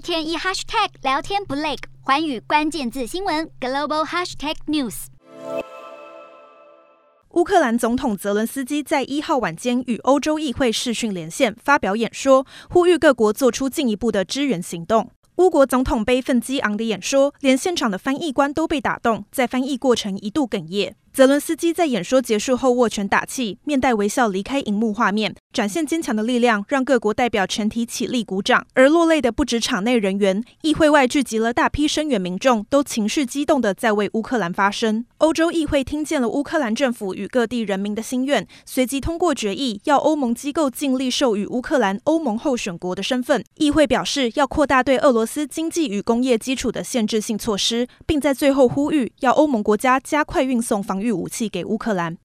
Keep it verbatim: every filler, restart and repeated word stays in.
天一 hashtag 聊天不累，寰宇关键字新闻 global hashtag news。 乌克兰总统泽伦斯基在一号晚间与欧洲议会视讯连线，发表演说，呼吁各国做出进一步的支援行动。乌国总统悲愤激昂的演说，连现场的翻译官都被打动，在翻译过程一度哽咽。泽伦斯基在演说结束后握拳打气，面带微笑离开荧幕画面，展现坚强的力量，让各国代表全体起立鼓掌。而落泪的不止场内人员，议会外聚集了大批声援民众，都情绪激动地在为乌克兰发声。欧洲议会听见了乌克兰政府与各地人民的心愿，随即通过决议，要欧盟机构尽力授予乌克兰欧盟候选国的身份。议会表示要扩大对俄罗斯经济与工业基础的限制性措施，并在最后呼吁要欧盟国家加快运送防御武器给乌克兰。